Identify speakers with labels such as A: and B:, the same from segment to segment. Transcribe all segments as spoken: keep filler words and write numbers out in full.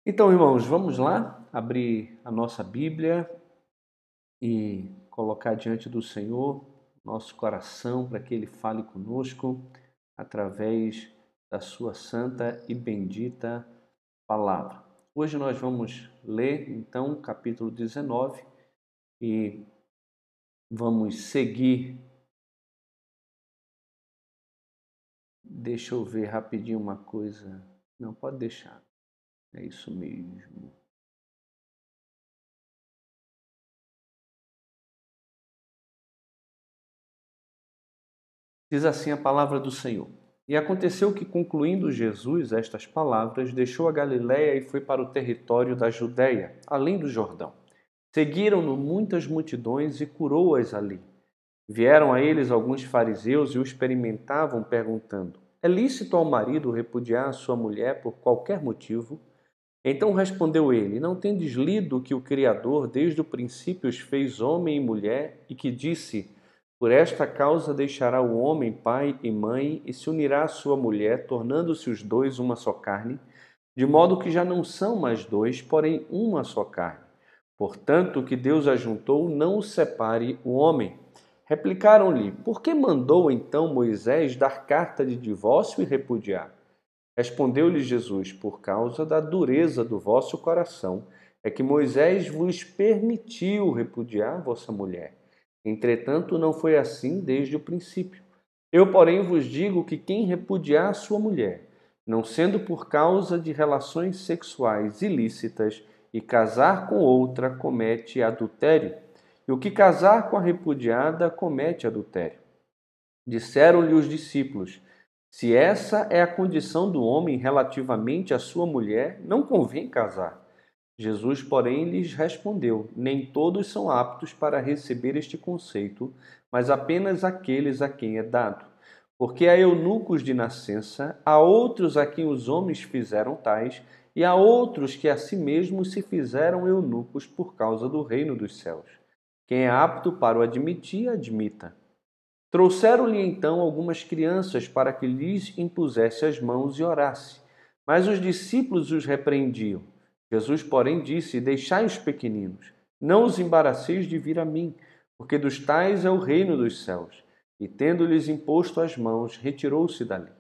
A: Então, irmãos, vamos lá abrir a nossa Bíblia e colocar diante do Senhor nosso coração para que Ele fale conosco através da sua santa e bendita palavra. Hoje nós vamos ler, então, o capítulo dezenove e vamos seguir. Deixa eu ver rapidinho uma coisa. Não, pode deixar. É isso mesmo. Diz assim a palavra do Senhor. E aconteceu que, concluindo Jesus estas palavras, deixou a Galiléia e foi para o território da Judéia, além do Jordão. Seguiram-no muitas multidões e curou-as ali. Vieram a eles alguns fariseus e o experimentavam, perguntando: É lícito ao marido repudiar a sua mulher por qualquer motivo? Então respondeu ele: Não tendes lido que o Criador desde o princípio os fez homem e mulher, e que disse: Por esta causa deixará o homem pai e mãe e se unirá à sua mulher, tornando-se os dois uma só carne, de modo que já não são mais dois, porém uma só carne. Portanto, o que Deus ajuntou, não o separe o homem. Replicaram-lhe: Por que mandou então Moisés dar carta de divórcio e repudiar? Respondeu-lhe Jesus: Por causa da dureza do vosso coração, é que Moisés vos permitiu repudiar vossa mulher. Entretanto, não foi assim desde o princípio. Eu, porém, vos digo que quem repudiar sua mulher, não sendo por causa de relações sexuais ilícitas, e casar com outra, comete adultério. E o que casar com a repudiada, comete adultério. Disseram-lhe os discípulos: Se essa é a condição do homem relativamente à sua mulher, não convém casar. Jesus, porém, lhes respondeu: Nem todos são aptos para receber este conceito, mas apenas aqueles a quem é dado. Porque há eunucos de nascença, há outros a quem os homens fizeram tais, e há outros que a si mesmos se fizeram eunucos por causa do reino dos céus. Quem é apto para o admitir, admita. Trouxeram-lhe então algumas crianças para que lhes impusesse as mãos e orasse. Mas os discípulos os repreendiam. Jesus, porém, disse: Deixai os pequeninos, não os embaraceis de vir a mim, porque dos tais é o reino dos céus. E tendo-lhes imposto as mãos, retirou-se dali.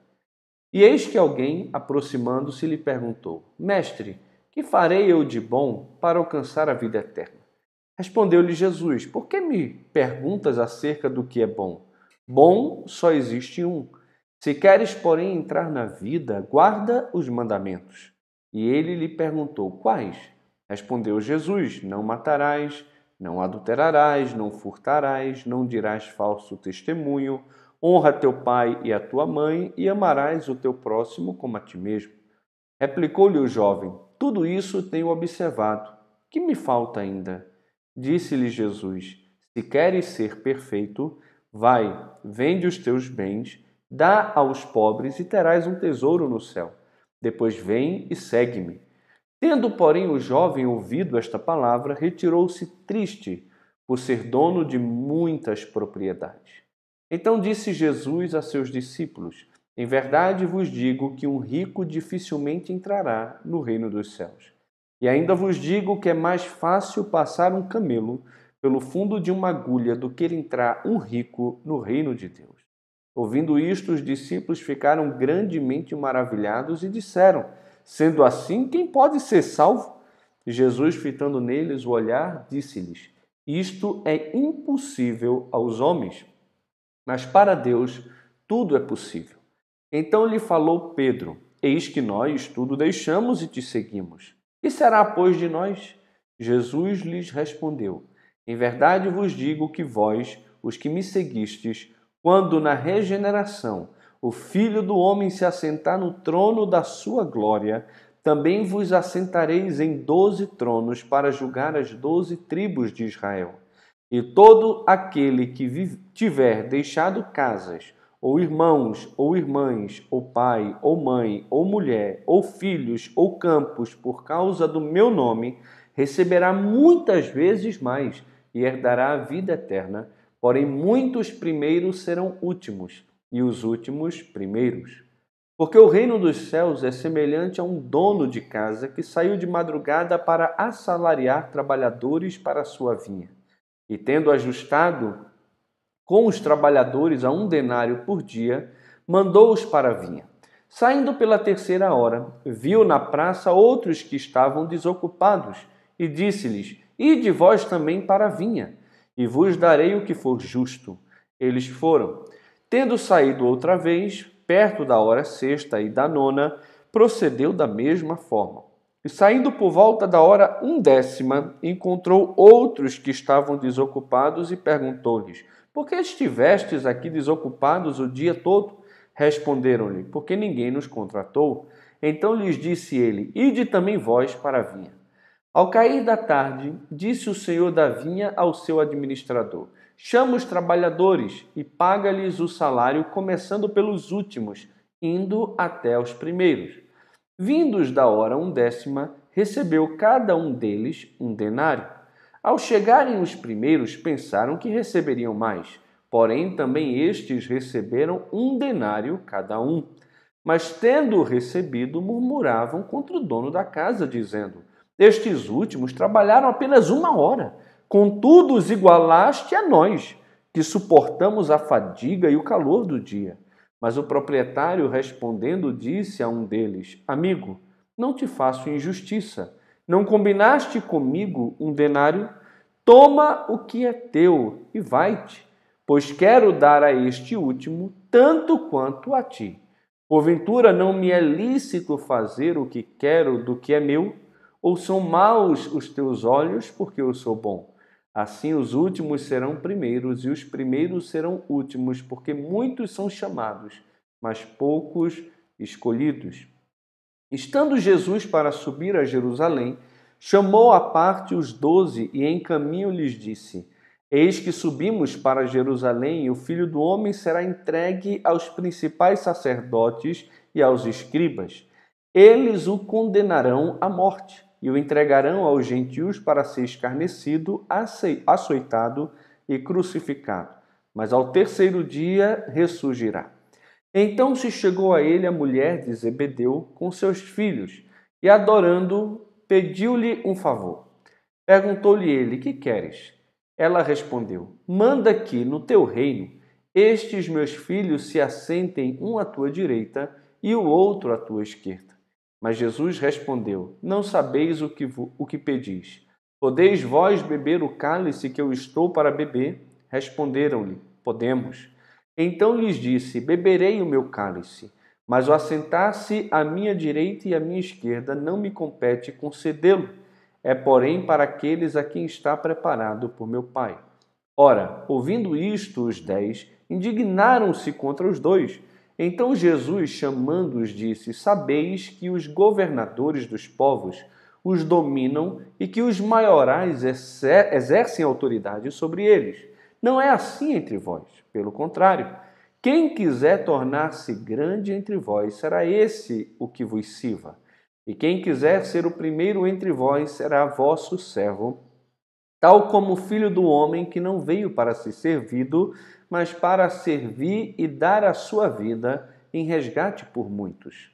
A: E eis que alguém, aproximando-se, lhe perguntou: Mestre, que farei eu de bom para alcançar a vida eterna? Respondeu-lhe Jesus: Por que me perguntas acerca do que é bom? Bom só existe um. Se queres, porém, entrar na vida, guarda os mandamentos. E ele lhe perguntou: Quais? Respondeu Jesus: Não matarás, não adulterarás, não furtarás, não dirás falso testemunho, honra teu pai e a tua mãe, e amarás o teu próximo como a ti mesmo. Replicou-lhe o jovem: Tudo isso tenho observado. Que me falta ainda? Disse-lhe Jesus: Se queres ser perfeito, vai, vende os teus bens, dá aos pobres e terás um tesouro no céu. Depois vem e segue-me. Tendo, porém, o jovem ouvido esta palavra, retirou-se triste, por ser dono de muitas propriedades. Então disse Jesus a seus discípulos: Em verdade vos digo que um rico dificilmente entrará no reino dos céus. E ainda vos digo que é mais fácil passar um camelo pelo fundo de uma agulha do que entrar um rico no reino de Deus. Ouvindo isto, os discípulos ficaram grandemente maravilhados e disseram: Sendo assim, quem pode ser salvo? E Jesus, fitando neles o olhar, disse-lhes: Isto é impossível aos homens, mas para Deus tudo é possível. Então lhe falou Pedro: Eis que nós tudo deixamos e te seguimos. Que será, pois, de nós? Jesus lhes respondeu: Em verdade vos digo que vós, os que me seguistes, quando na regeneração o Filho do Homem se assentar no trono da sua glória, também vos assentareis em doze tronos para julgar as doze tribos de Israel. E todo aquele que tiver deixado casas, ou irmãos, ou irmãs, ou pai, ou mãe, ou mulher, ou filhos, ou campos, por causa do meu nome, receberá muitas vezes mais e herdará a vida eterna. Porém, muitos primeiros serão últimos, e os últimos primeiros. Porque o reino dos céus é semelhante a um dono de casa que saiu de madrugada para assalariar trabalhadores para a sua vinha. E tendo ajustado com os trabalhadores a um denário por dia, mandou-os para a vinha. Saindo pela terceira hora, viu na praça outros que estavam desocupados, e disse-lhes: Ide vós também para a vinha, e vos darei o que for justo. Eles foram. Tendo saído outra vez, perto da hora sexta e da nona, procedeu da mesma forma. E saindo por volta da hora undécima, encontrou outros que estavam desocupados e perguntou-lhes: Por que estivestes aqui desocupados o dia todo? Responderam-lhe: Porque ninguém nos contratou. Então lhes disse ele: Ide também vós para a vinha. Ao cair da tarde, disse o senhor da vinha ao seu administrador: Chama os trabalhadores e paga-lhes o salário, começando pelos últimos, indo até os primeiros. Vindos da hora undécima, recebeu cada um deles um denário. Ao chegarem os primeiros, pensaram que receberiam mais. Porém, também estes receberam um denário cada um. Mas, tendo recebido, murmuravam contra o dono da casa, dizendo: Estes últimos trabalharam apenas uma hora, contudo os igualaste a nós, que suportamos a fadiga e o calor do dia. Mas o proprietário, respondendo, disse a um deles: Amigo, não te faço injustiça. Não combinaste comigo um denário? Toma o que é teu e vai-te, pois quero dar a este último tanto quanto a ti. Porventura não me é lícito fazer o que quero do que é meu? Ou são maus os teus olhos porque eu sou bom? Assim os últimos serão primeiros e os primeiros serão últimos, porque muitos são chamados, mas poucos escolhidos. Estando Jesus para subir a Jerusalém, chamou à parte os doze e em caminho lhes disse: Eis que subimos para Jerusalém e o Filho do Homem será entregue aos principais sacerdotes e aos escribas. Eles o condenarão à morte e o entregarão aos gentios para ser escarnecido, açoitado e crucificado. Mas ao terceiro dia ressurgirá. Então se chegou a ele a mulher de Zebedeu com seus filhos e, adorando, pediu-lhe um favor. Perguntou-lhe ele: Que queres? Ela respondeu: Manda que, no teu reino, estes meus filhos se assentem um à tua direita e o outro à tua esquerda. Mas Jesus respondeu: Não sabeis o que, o que pedis. Podeis vós beber o cálice que eu estou para beber? Responderam-lhe: Podemos. Então lhes disse: Beberei o meu cálice, mas o assentar-se à minha direita e à minha esquerda não me compete concedê-lo. É, porém, para aqueles a quem está preparado por meu Pai. Ora, ouvindo isto, os dez indignaram-se contra os dois. Então Jesus, chamando-os, disse: Sabeis que os governadores dos povos os dominam e que os maiorais exercem autoridade sobre eles. Não é assim entre vós. Pelo contrário, quem quiser tornar-se grande entre vós, será esse o que vos sirva. E quem quiser ser o primeiro entre vós, será vosso servo, tal como o Filho do Homem, que não veio para ser servido, mas para servir e dar a sua vida em resgate por muitos.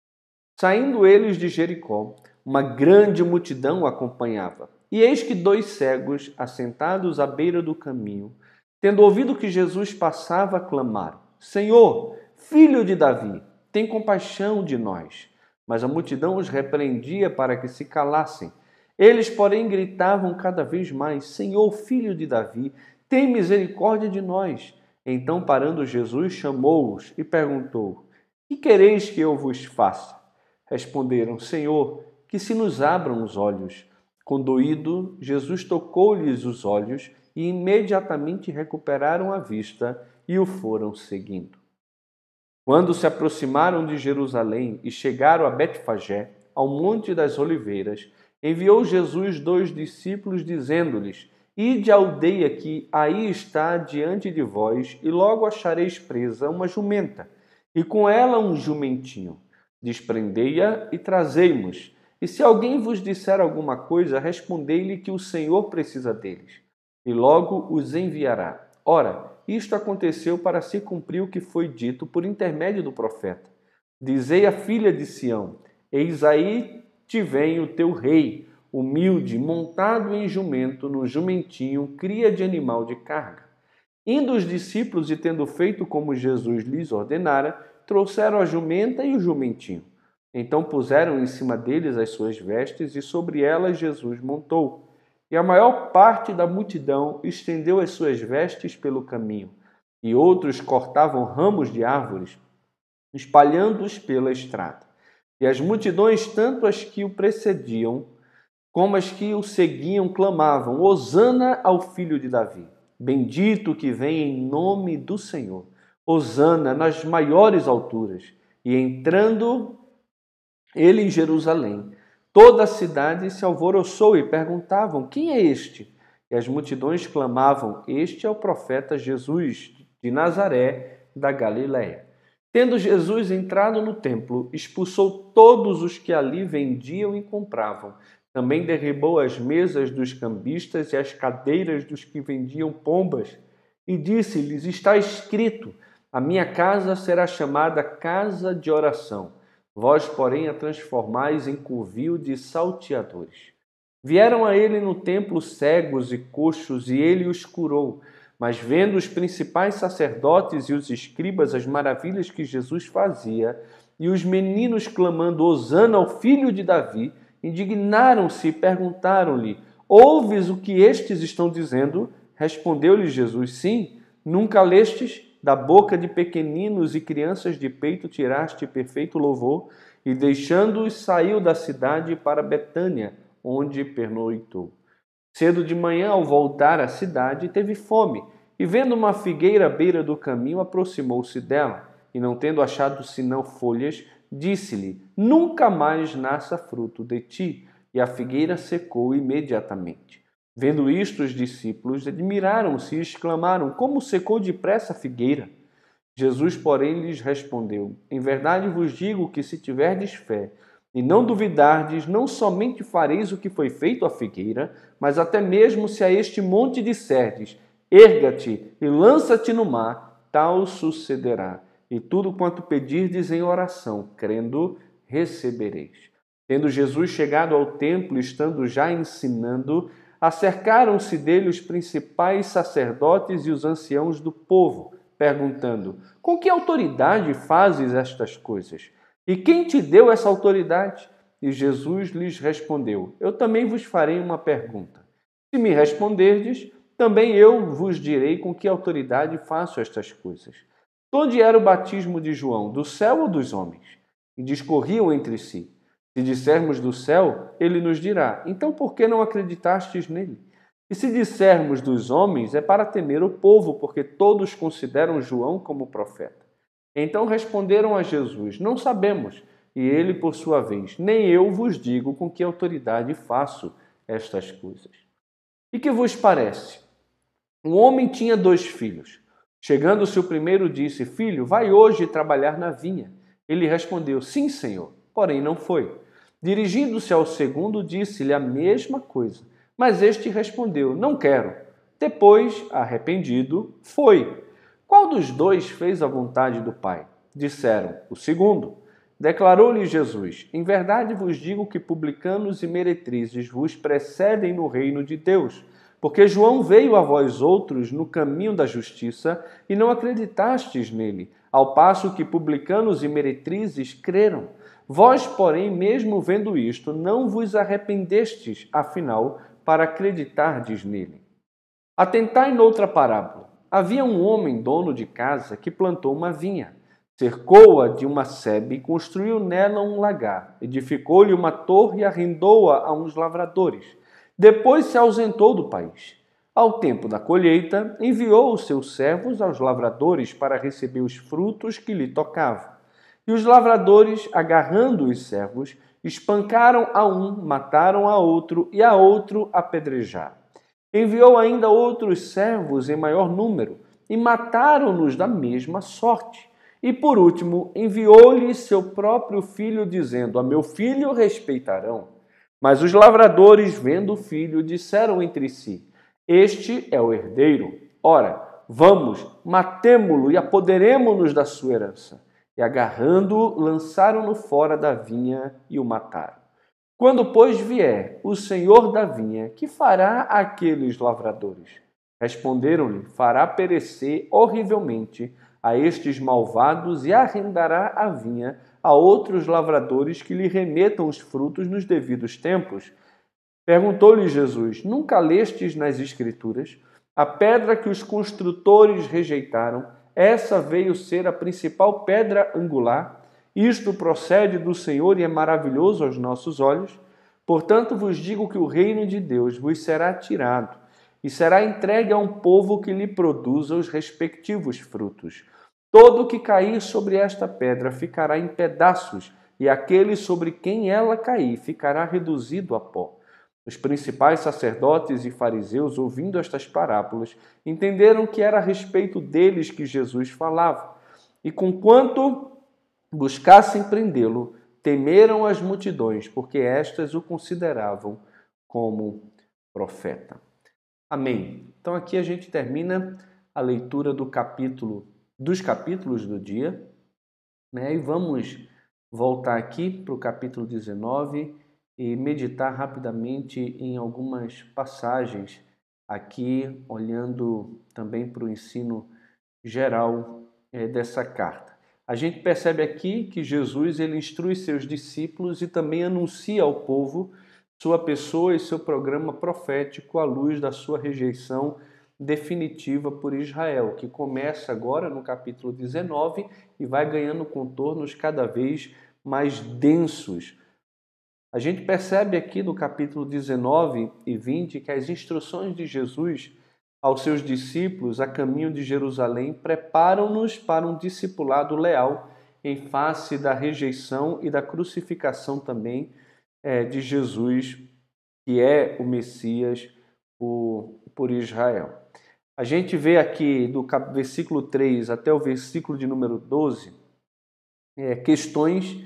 A: Saindo eles de Jericó, uma grande multidão o acompanhava. E eis que dois cegos, assentados à beira do caminho, tendo ouvido que Jesus passava, clamaram: Senhor, Filho de Davi, tem compaixão de nós. Mas a multidão os repreendia para que se calassem. Eles, porém, gritavam cada vez mais: Senhor, Filho de Davi, tem misericórdia de nós. Então, parando Jesus, chamou-os e perguntou: Que quereis que eu vos faça? Responderam: Senhor, que se nos abram os olhos. Condoído, Jesus tocou-lhes os olhos e imediatamente recuperaram a vista e o foram seguindo. Quando se aproximaram de Jerusalém e chegaram a Betfagé, ao Monte das Oliveiras, enviou Jesus dois discípulos, dizendo-lhes: Ide à aldeia que aí está diante de vós, e logo achareis presa uma jumenta, e com ela um jumentinho. Desprendei-a e trazei-mos. E se alguém vos disser alguma coisa, respondei-lhe que o Senhor precisa deles, e logo os enviará. Ora, isto aconteceu para se cumprir o que foi dito por intermédio do profeta. Dizei à filha de Sião: eis aí te vem o teu rei, humilde, montado em jumento, no jumentinho, cria de animal de carga. Indo os discípulos e tendo feito como Jesus lhes ordenara, trouxeram a jumenta e o jumentinho. Então puseram em cima deles as suas vestes e sobre elas Jesus montou. E a maior parte da multidão estendeu as suas vestes pelo caminho, e outros cortavam ramos de árvores, espalhando-os pela estrada. E as multidões, tanto as que o precediam, como as que o seguiam, clamavam: Hosana ao filho de Davi. Bendito que vem em nome do Senhor. Hosana nas maiores alturas. E entrando ele em Jerusalém, toda a cidade se alvoroçou e perguntavam: quem é este? E as multidões clamavam: este é o profeta Jesus de Nazaré, da Galiléia. Tendo Jesus entrado no templo, expulsou todos os que ali vendiam e compravam. Também derribou as mesas dos cambistas e as cadeiras dos que vendiam pombas. E disse-lhes: está escrito, a minha casa será chamada casa de oração. Vós, porém, a transformais em covil de salteadores. Vieram a ele no templo cegos e coxos, e ele os curou. Mas vendo os principais sacerdotes e os escribas as maravilhas que Jesus fazia, e os meninos clamando: Hosana ao filho de Davi, indignaram-se e perguntaram-lhe: ouves o que estes estão dizendo? Respondeu-lhe Jesus: sim, nunca lestes? Da boca de pequeninos e crianças de peito tiraste perfeito louvor. E deixando-os, saiu da cidade para Betânia, onde pernoitou. Cedo de manhã, ao voltar à cidade, teve fome, e vendo uma figueira à beira do caminho, aproximou-se dela, e não tendo achado senão folhas, disse-lhe: nunca mais nasça fruto de ti. E a figueira secou imediatamente. Vendo isto, os discípulos admiraram-se e exclamaram: como secou depressa a figueira? Jesus, porém, lhes respondeu: em verdade vos digo que, se tiverdes fé e não duvidardes, não somente fareis o que foi feito à figueira, mas até mesmo se a este monte disserdes: erga-te e lança-te no mar, tal sucederá. E tudo quanto pedirdes em oração, crendo, recebereis. Tendo Jesus chegado ao templo, estando já ensinando, acercaram-se dele os principais sacerdotes e os anciãos do povo, perguntando: com que autoridade fazes estas coisas? E quem te deu essa autoridade? E Jesus lhes respondeu: eu também vos farei uma pergunta. Se me responderdes, também eu vos direi com que autoridade faço estas coisas. De onde era o batismo de João? Do céu ou dos homens? E discorriam entre si. Se dissermos do céu, ele nos dirá: então por que não acreditastes nele? E se dissermos dos homens, é para temer o povo, porque todos consideram João como profeta. Então responderam a Jesus: não sabemos. E ele, por sua vez: nem eu vos digo com que autoridade faço estas coisas. E que vos parece? Um homem tinha dois filhos. Chegando-se o primeiro, disse: filho, vai hoje trabalhar na vinha. Ele respondeu: sim, senhor. Porém não foi. Dirigindo-se ao segundo, disse-lhe a mesma coisa. Mas este respondeu: não quero. Depois, arrependido, foi. Qual dos dois fez a vontade do Pai? Disseram: o segundo. Declarou-lhe Jesus: em verdade vos digo que publicanos e meretrizes vos precedem no reino de Deus. Porque João veio a vós outros no caminho da justiça e não acreditastes nele, ao passo que publicanos e meretrizes creram. Vós, porém, mesmo vendo isto, não vos arrependestes, afinal, para acreditardes nele. Atentai noutra parábola. Havia um homem, dono de casa, que plantou uma vinha, cercou-a de uma sebe e construiu nela um lagar, edificou-lhe uma torre e arrendou-a a uns lavradores. Depois se ausentou do país. Ao tempo da colheita, enviou os seus servos aos lavradores para receber os frutos que lhe tocavam. E os lavradores, agarrando os servos, espancaram a um, mataram a outro e a outro apedrejaram. Enviou ainda outros servos em maior número e mataram-nos da mesma sorte. E por último, enviou-lhe seu próprio filho, dizendo: a meu filho respeitarão. Mas os lavradores, vendo o filho, disseram entre si: este é o herdeiro. Ora, vamos, matemo-lo e apoderemo-nos da sua herança. e, agarrando-o, lançaram-no fora da vinha e o mataram. Quando, pois, vier o senhor da vinha, que fará àqueles lavradores? Responderam-lhe: fará perecer horrivelmente a estes malvados e arrendará a vinha a outros lavradores que lhe remetam os frutos nos devidos tempos. Perguntou-lhe Jesus: nunca lestes nas Escrituras? A pedra que os construtores rejeitaram, essa veio ser a principal pedra angular. Isto procede do Senhor e é maravilhoso aos nossos olhos. Portanto, vos digo que o reino de Deus vos será tirado e será entregue a um povo que lhe produza os respectivos frutos. Todo o que cair sobre esta pedra ficará em pedaços, e aquele sobre quem ela cair ficará reduzido a pó. Os principais sacerdotes e fariseus, ouvindo estas parábolas, entenderam que era a respeito deles que Jesus falava. E conquanto buscassem prendê-lo, temeram as multidões, porque estas o consideravam como profeta. Amém. Então aqui a gente termina a leitura do capítulo, dos capítulos do dia, né? E vamos voltar aqui para o capítulo dezenove e meditar rapidamente em algumas passagens aqui, olhando também para o ensino geral é, dessa carta. A gente percebe aqui que Jesus ele instrui seus discípulos e também anuncia ao povo sua pessoa e seu programa profético à luz da sua rejeição definitiva por Israel, que começa agora no capítulo dezenove e vai ganhando contornos cada vez mais densos. A gente percebe aqui no capítulo dezenove e vinte que as instruções de Jesus aos seus discípulos a caminho de Jerusalém preparam-nos para um discipulado leal em face da rejeição e da crucificação também é, de Jesus, que é o Messias por, por Israel. A gente vê aqui do versículo três até o versículo de número doze é, questões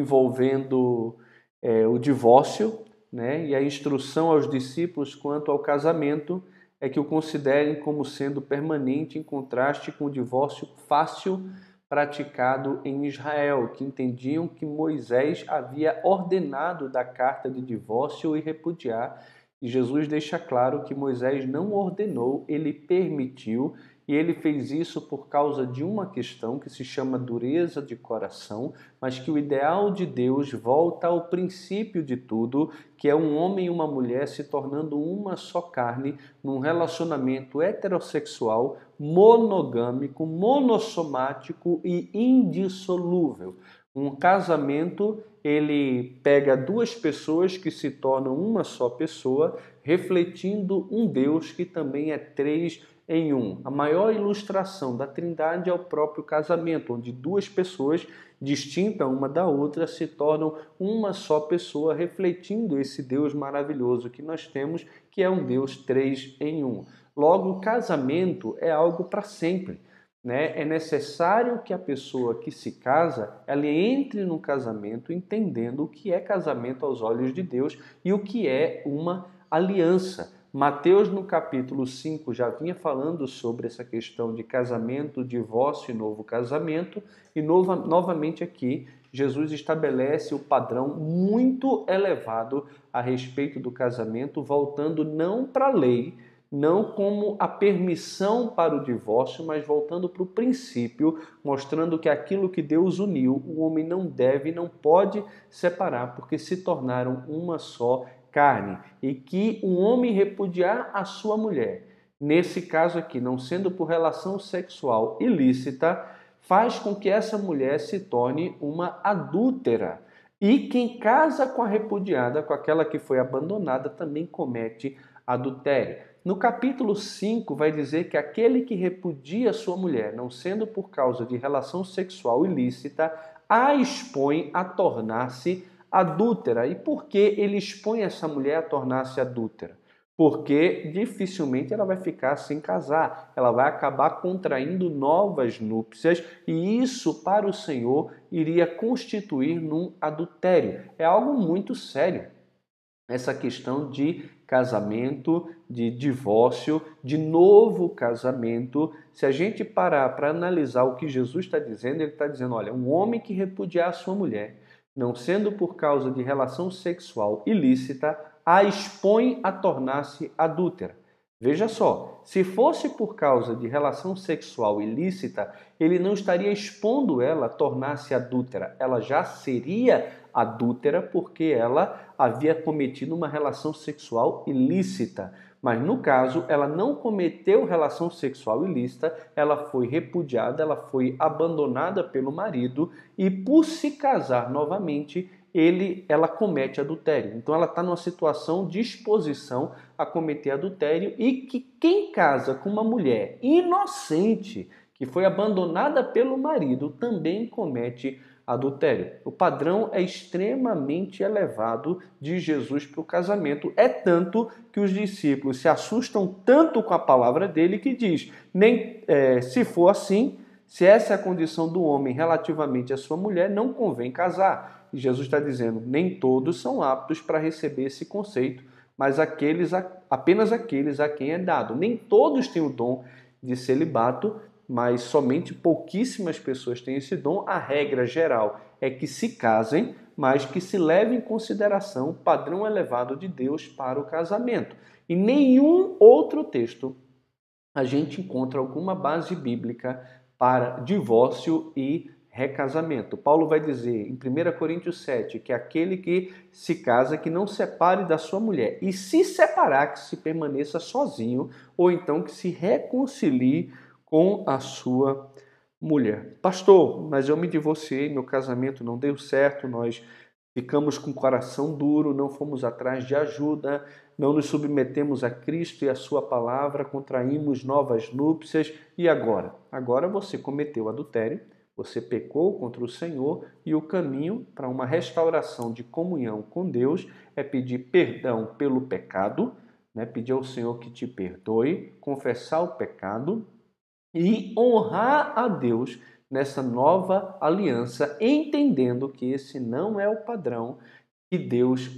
A: envolvendo é, o divórcio, né, e a instrução aos discípulos quanto ao casamento é que o considerem como sendo permanente em contraste com o divórcio fácil praticado em Israel, que entendiam que Moisés havia ordenado da carta de divórcio e repudiar. E Jesus deixa claro que Moisés não ordenou, ele permitiu, e ele fez isso por causa de uma questão que se chama dureza de coração, mas que o ideal de Deus volta ao princípio de tudo, que é um homem e uma mulher se tornando uma só carne num relacionamento heterossexual, monogâmico, monossomático e indissolúvel. Um casamento, ele pega duas pessoas que se tornam uma só pessoa, refletindo um Deus que também é três em um. A maior ilustração da Trindade é o próprio casamento, onde duas pessoas distintas uma da outra se tornam uma só pessoa, refletindo esse Deus maravilhoso que nós temos, que é um Deus três em um. Logo, o casamento é algo para sempre. Né? É necessário que a pessoa que se casa, ela entre no casamento entendendo o que é casamento aos olhos de Deus e o que é uma aliança. Mateus, no capítulo cinco, já vinha falando sobre essa questão de casamento, divórcio e novo casamento, e nova, novamente aqui Jesus estabelece o padrão muito elevado a respeito do casamento, voltando não para a lei, não como a permissão para o divórcio, mas voltando para o princípio, mostrando que aquilo que Deus uniu, o homem não deve e não pode separar, porque se tornaram uma só carne, e que um homem repudiar a sua mulher, nesse caso aqui, não sendo por relação sexual ilícita, faz com que essa mulher se torne uma adúltera. E quem casa com a repudiada, com aquela que foi abandonada, também comete adultério. No capítulo cinco vai dizer que aquele que repudia sua mulher, não sendo por causa de relação sexual ilícita, a expõe a tornar-se adúltera. E por que ele expõe essa mulher a tornar-se adúltera? Porque dificilmente ela vai ficar sem casar, ela vai acabar contraindo novas núpcias e isso para o Senhor iria constituir num adultério. É algo muito sério. essa questão de casamento, de divórcio, de novo casamento. Se a gente parar para analisar o que Jesus está dizendo, ele está dizendo, olha, um homem que repudiar a sua mulher, não sendo por causa de relação sexual ilícita, a expõe a tornar-se adúltera. Veja só, se fosse por causa de relação sexual ilícita, ele não estaria expondo ela a tornar-se adúltera. Ela já seria adúltera porque ela havia cometido uma relação sexual ilícita. Mas no caso, ela não cometeu relação sexual ilícita, ela foi repudiada, ela foi abandonada pelo marido e por se casar novamente, ele, ela comete adultério. Então ela está numa situação de exposição a cometer adultério e que quem casa com uma mulher inocente, que foi abandonada pelo marido, também comete adultério. O padrão é extremamente elevado de Jesus para o casamento. É tanto que os discípulos se assustam tanto com a palavra dele que diz, nem é, se for assim, se essa é a condição do homem relativamente à sua mulher, não convém casar. E Jesus está dizendo, nem todos são aptos para receber esse conceito, mas aqueles, apenas aqueles a quem é dado. Nem todos têm o dom de celibato, mas somente pouquíssimas pessoas têm esse dom. A regra geral é que se casem, mas que se leve em consideração o padrão elevado de Deus para o casamento. Em nenhum outro texto a gente encontra alguma base bíblica para divórcio e recasamento. Paulo vai dizer em primeira Coríntios sete que aquele que se casa que não separe da sua mulher e se separar que se permaneça sozinho ou então que se reconcilie com a sua mulher. Pastor, mas eu me divorciei, meu casamento não deu certo, nós ficamos com o coração duro, não fomos atrás de ajuda, não nos submetemos a Cristo e a sua palavra, contraímos novas núpcias e agora? Agora você cometeu adultério, você pecou contra o Senhor e o caminho para uma restauração de comunhão com Deus é pedir perdão pelo pecado, né? Pedir ao Senhor que te perdoe, confessar o pecado e honrar a Deus nessa nova aliança, entendendo que esse não é o padrão que Deus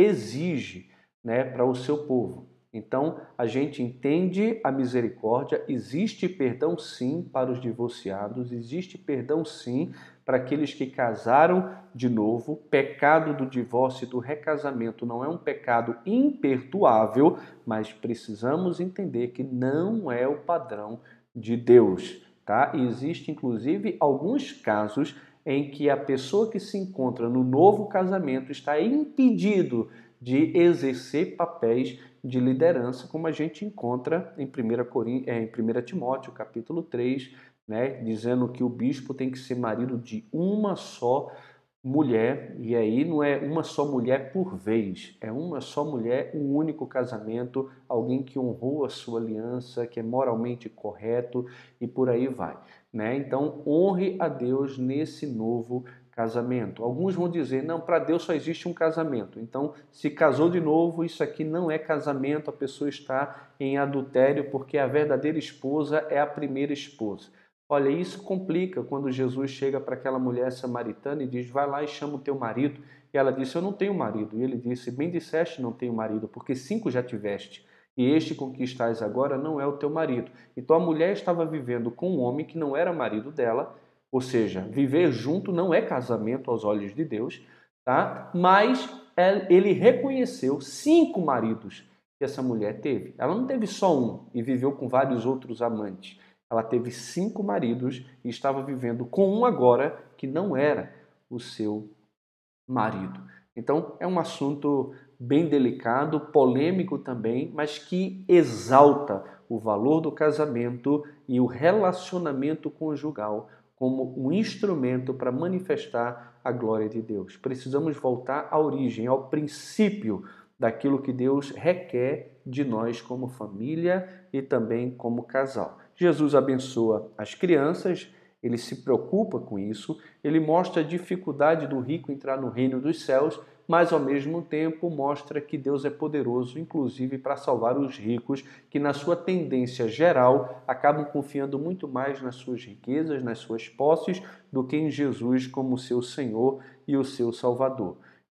A: exige, né, para o seu povo. Então, a gente entende a misericórdia, existe perdão sim para os divorciados, existe perdão sim para aqueles que casaram de novo. Pecado do divórcio e do recasamento não é um pecado imperdoável, mas precisamos entender que não é o padrão de Deus, tá? E existe inclusive alguns casos em que a pessoa que se encontra no novo casamento está impedido de exercer papéis de liderança, como a gente encontra em primeira Timóteo, capítulo três, né, dizendo que o bispo tem que ser marido de uma só mulher, e aí não é uma só mulher por vez, é uma só mulher, um único casamento, alguém que honrou a sua aliança, que é moralmente correto e por aí vai, né? Então, honre a Deus nesse novo casamento. Alguns vão dizer, não, para Deus só existe um casamento. Então, se casou de novo, isso aqui não é casamento, a pessoa está em adultério porque a verdadeira esposa é a primeira esposa. Olha, isso complica quando Jesus chega para aquela mulher samaritana e diz, vai lá e chama o teu marido. E ela disse, eu não tenho marido. E ele disse, bem disseste, não tenho marido, porque cinco já tiveste. E este com que estás agora não é o teu marido. Então a mulher estava vivendo com um homem que não era marido dela, ou seja, viver junto não é casamento aos olhos de Deus, tá? Mas ele reconheceu cinco maridos que essa mulher teve. Ela não teve só um e viveu com vários outros amantes. Ela teve cinco maridos e estava vivendo com um agora que não era o seu marido. Então é um assunto bem delicado, polêmico também, mas que exalta o valor do casamento e o relacionamento conjugal como um instrumento para manifestar a glória de Deus. Precisamos voltar à origem, ao princípio daquilo que Deus requer de nós como família e também como casal. Jesus abençoa as crianças, ele se preocupa com isso, ele mostra a dificuldade do rico entrar no reino dos céus, mas ao mesmo tempo mostra que Deus é poderoso, inclusive para salvar os ricos, que na sua tendência geral acabam confiando muito mais nas suas riquezas, nas suas posses, do que em Jesus como seu Senhor e o seu Salvador.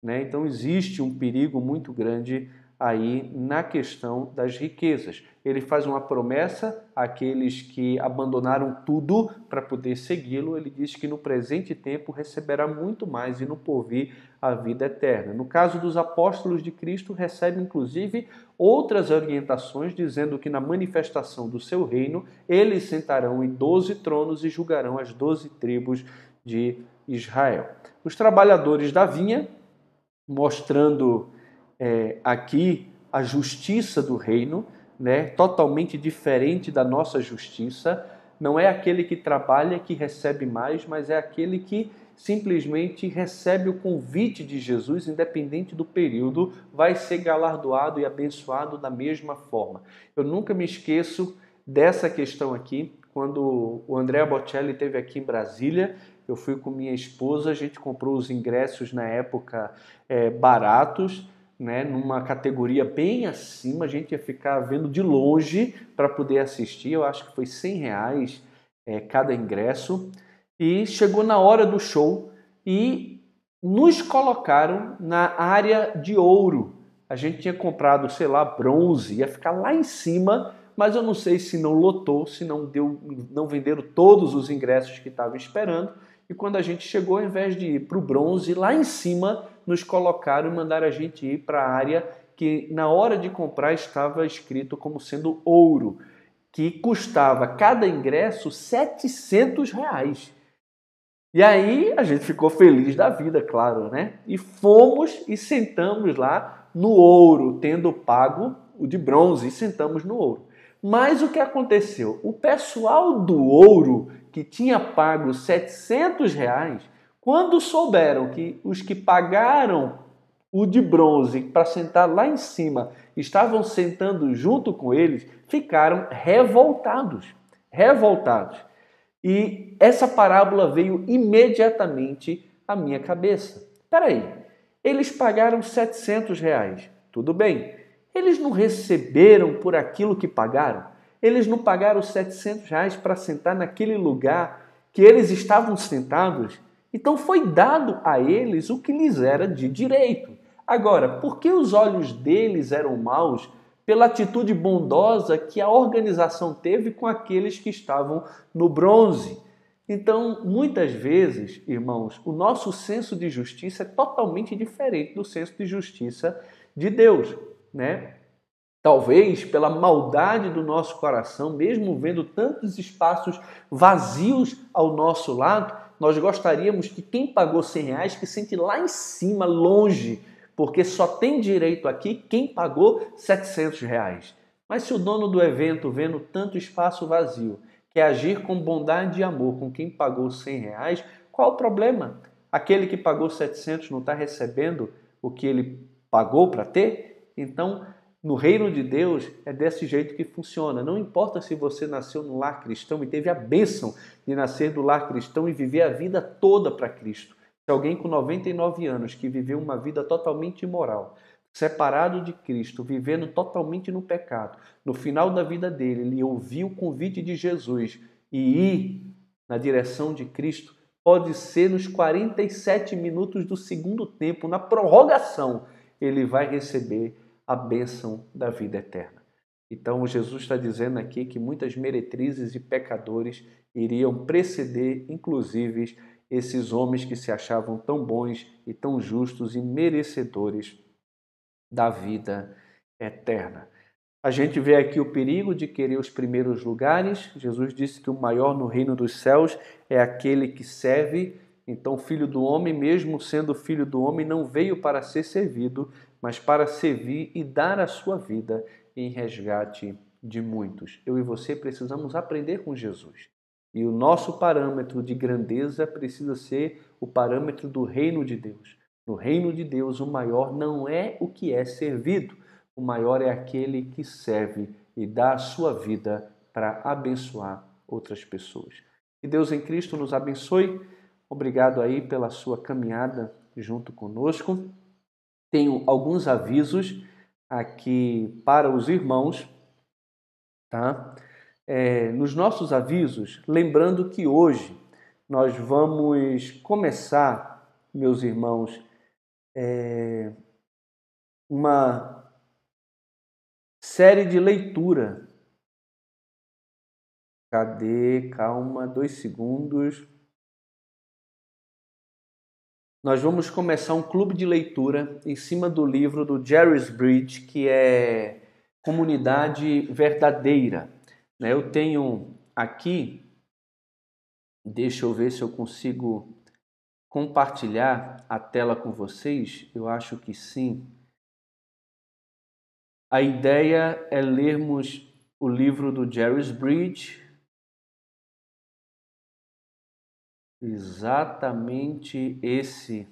A: né? Então existe um perigo muito grande aí na questão das riquezas. Ele faz uma promessa àqueles que abandonaram tudo para poder segui-lo. Ele diz que no presente tempo receberá muito mais e no porvir a vida eterna. No caso dos apóstolos de Cristo, recebe inclusive outras orientações, dizendo que na manifestação do seu reino, eles sentarão em doze tronos e julgarão as doze tribos de Israel. Os trabalhadores da vinha, mostrando é, aqui a justiça do reino, né, totalmente diferente da nossa justiça. Não é aquele que trabalha que recebe mais, mas é aquele que simplesmente recebe o convite de Jesus, independente do período, vai ser galardoado e abençoado da mesma forma. Eu nunca me esqueço dessa questão aqui, quando o Andrea Bocelli esteve aqui em Brasília. Eu fui com minha esposa, a gente comprou os ingressos na época é, baratos, né, numa categoria bem acima, a gente ia ficar vendo de longe para poder assistir. Eu acho que foi cem reais é, cada ingresso. E chegou na hora do show e nos colocaram na área de ouro. A gente tinha comprado, sei lá, bronze, ia ficar lá em cima, mas eu não sei se não lotou, se não, deu, não venderam todos os ingressos que estavam esperando. E quando a gente chegou, ao invés de ir para o bronze, lá em cima, nos colocaram e mandaram a gente ir para a área que na hora de comprar estava escrito como sendo ouro, que custava cada ingresso setecentos reais. E aí a gente ficou feliz da vida, claro, né? E fomos e sentamos lá no ouro, tendo pago o de bronze, e sentamos no ouro. Mas o que aconteceu? O pessoal do ouro, que tinha pago setecentos reais, quando souberam que os que pagaram o de bronze para sentar lá em cima estavam sentando junto com eles, ficaram revoltados. Revoltados. E essa parábola veio imediatamente à minha cabeça. Espera aí, eles pagaram setecentos reais, tudo bem. Eles não receberam por aquilo que pagaram? Eles não pagaram setecentos reais para sentar naquele lugar que eles estavam sentados? Então foi dado a eles o que lhes era de direito. Agora, por que os olhos deles eram maus? Pela atitude bondosa que a organização teve com aqueles que estavam no bronze. Então, muitas vezes, irmãos, o nosso senso de justiça é totalmente diferente do senso de justiça de Deus, né? Talvez pela maldade do nosso coração, mesmo vendo tantos espaços vazios ao nosso lado, nós gostaríamos que quem pagou cem reais que sente lá em cima, longe, porque só tem direito aqui quem pagou setecentos reais. Mas se o dono do evento, vendo tanto espaço vazio, quer agir com bondade e amor com quem pagou cem reais, qual o problema? Aquele que pagou setecentos não está recebendo o que ele pagou para ter? Então, no reino de Deus, é desse jeito que funciona. Não importa se você nasceu no lar cristão e teve a bênção de nascer do lar cristão e viver a vida toda para Cristo. Se alguém com noventa e nove anos que viveu uma vida totalmente imoral, separado de Cristo, vivendo totalmente no pecado, no final da vida dele, ele ouviu o convite de Jesus e ir na direção de Cristo, pode ser nos quarenta e sete minutos do segundo tempo, na prorrogação, ele vai receber a bênção da vida eterna. Então, Jesus está dizendo aqui que muitas meretrizes e pecadores iriam preceder, inclusive, esses homens que se achavam tão bons e tão justos e merecedores da vida eterna. A gente vê aqui o perigo de querer os primeiros lugares. Jesus disse que o maior no reino dos céus é aquele que serve. Então, o Filho do Homem, mesmo sendo Filho do Homem, não veio para ser servido, mas para servir e dar a sua vida em resgate de muitos. Eu e você precisamos aprender com Jesus. E o nosso parâmetro de grandeza precisa ser o parâmetro do reino de Deus. No reino de Deus, o maior não é o que é servido. O maior é aquele que serve e dá a sua vida para abençoar outras pessoas. Que Deus em Cristo nos abençoe. Obrigado aí pela sua caminhada junto conosco. Tenho alguns avisos aqui para os irmãos, tá? É, nos nossos avisos, lembrando que hoje nós vamos começar, meus irmãos, é, uma série de leitura. Cadê? Calma, dois segundos. Nós vamos começar um clube de leitura em cima do livro do Jerry Bridge, que é Comunidade Verdadeira. Eu tenho aqui, deixa eu ver se eu consigo compartilhar a tela com vocês. Eu acho que sim. A ideia é lermos o livro do Jerry Bridge. Exatamente esse.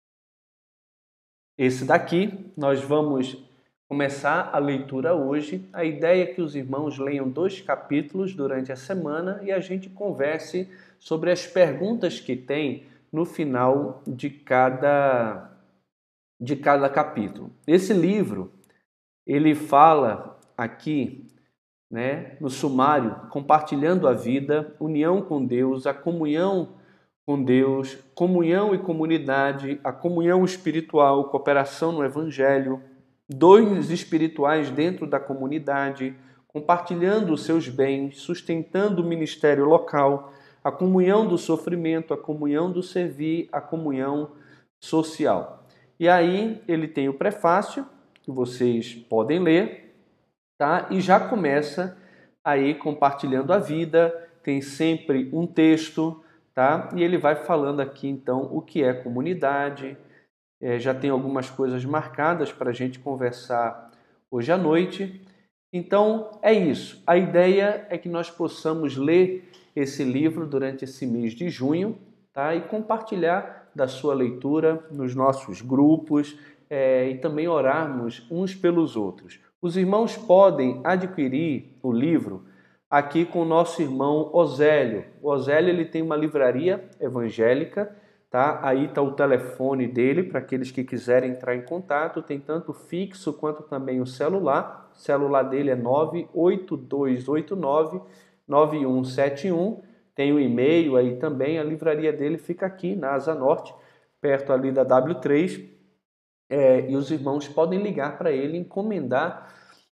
A: Esse daqui. Nós vamos começar a leitura hoje. A ideia é que os irmãos leiam dois capítulos durante a semana e a gente converse sobre as perguntas que tem no final de cada, de cada capítulo. Esse livro, ele fala aqui, né, no sumário, compartilhando a vida, união com Deus, a comunhão com Deus, comunhão e comunidade, a comunhão espiritual, cooperação no Evangelho, dons espirituais dentro da comunidade, compartilhando os seus bens, sustentando o ministério local, a comunhão do sofrimento, a comunhão do servir, a comunhão social. E aí ele tem o prefácio, que vocês podem ler, tá? E já começa aí compartilhando a vida, tem sempre um texto, tá? E ele vai falando aqui então o que é comunidade. É, já tem algumas coisas marcadas para a gente conversar hoje à noite. Então é isso. A ideia é que nós possamos ler esse livro durante esse mês de junho, tá? E compartilhar da sua leitura nos nossos grupos é, e também orarmos uns pelos outros. Os irmãos podem adquirir o livro aqui com o nosso irmão Osélio. O Osélio ele tem uma livraria evangélica, tá? Aí está o telefone dele para aqueles que quiserem entrar em contato. Tem tanto fixo quanto também o celular. O celular dele é nove oito dois oito nove nove um sete um. Tem o e-mail aí também. A livraria dele fica aqui na Asa Norte, perto ali da W três. É, e os irmãos podem ligar para ele e encomendar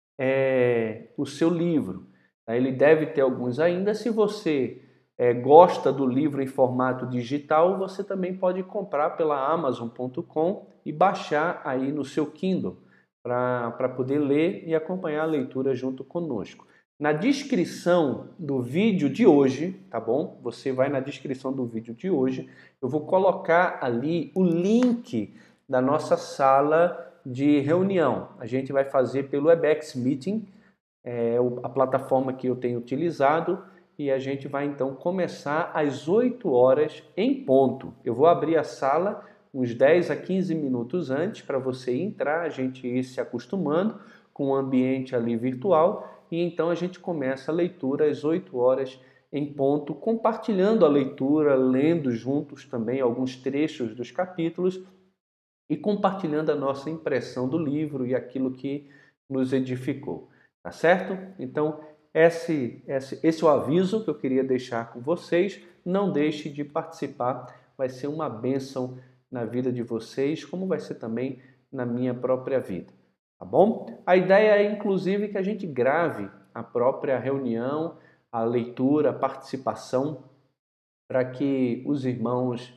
A: é, o seu livro. Ele deve ter alguns ainda. Se você é, gosta do livro em formato digital, você também pode comprar pela amazon ponto com e baixar aí no seu Kindle para poder ler e acompanhar a leitura junto conosco. Na descrição do vídeo de hoje, tá bom? Você vai na descrição do vídeo de hoje, eu vou colocar ali o link da nossa sala de reunião. A gente vai fazer pelo Webex Meeting, é a plataforma que eu tenho utilizado, e a gente vai então começar às oito horas em ponto. Eu vou abrir a sala uns dez a quinze minutos antes para você entrar, a gente ir se acostumando com o ambiente ali virtual, e então a gente começa a leitura às oito horas em ponto, compartilhando a leitura, lendo juntos também alguns trechos dos capítulos e compartilhando a nossa impressão do livro e aquilo que nos edificou. Tá certo? Então, esse, esse, esse é o aviso que eu queria deixar com vocês. Não deixe de participar, vai ser uma bênção na vida de vocês, como vai ser também na minha própria vida. Tá bom? A ideia é, inclusive, que a gente grave a própria reunião, a leitura, a participação, para que os irmãos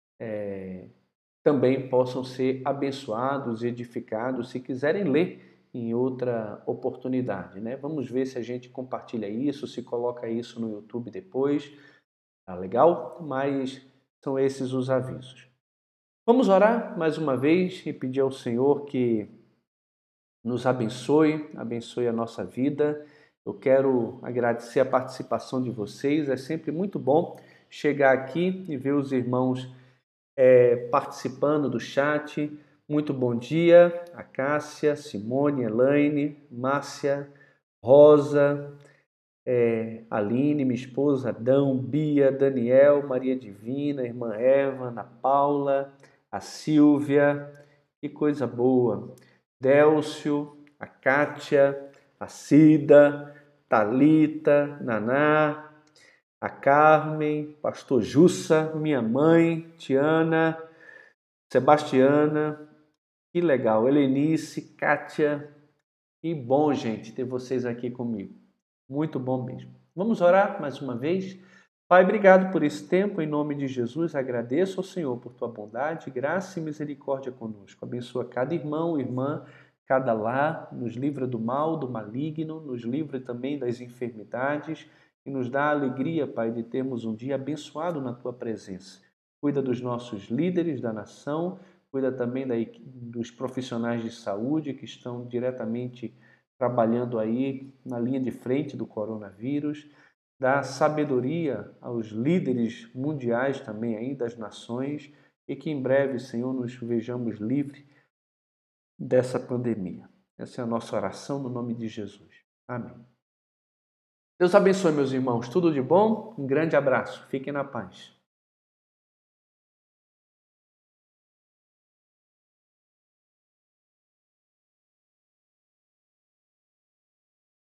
A: é, também possam ser abençoados e edificados, se quiserem ler em outra oportunidade, né? Vamos ver se a gente compartilha isso, se coloca isso no YouTube depois, tá legal? Mas são esses os avisos. Vamos orar mais uma vez e pedir ao Senhor que nos abençoe, abençoe a nossa vida. Eu quero agradecer a participação de vocês, é sempre muito bom chegar aqui e ver os irmãos é, participando do chat. Muito bom dia a Cássia, Simone, Elaine, Márcia, Rosa, é, Aline, minha esposa, Adão, Bia, Daniel, Maria Divina, irmã Eva, Ana Paula, a Silvia, que coisa boa, Délcio, a Kátia, a Cida, Thalita, Naná, a Carmen, pastor Jussa, minha mãe, Tiana, Sebastiana, Que legal. Helenice, Kátia. Que bom, gente, ter vocês aqui comigo. Muito bom mesmo. Vamos orar mais uma vez? Pai, obrigado por esse tempo. Em nome de Jesus, agradeço ao Senhor por tua bondade, graça e misericórdia conosco. Abençoa cada irmão, irmã, cada lar, nos livra do mal, do maligno, nos livra também das enfermidades e nos dá a alegria, Pai, de termos um dia abençoado na tua presença. Cuida dos nossos líderes da nação, cuida também da, dos profissionais de saúde que estão diretamente trabalhando aí na linha de frente do coronavírus. Dá sabedoria aos líderes mundiais também aí das nações e que em breve, Senhor, nos vejamos livres dessa pandemia. Essa é a nossa oração no nome de Jesus. Amém. Deus abençoe, meus irmãos. Tudo de bom? Um grande abraço. Fiquem na paz.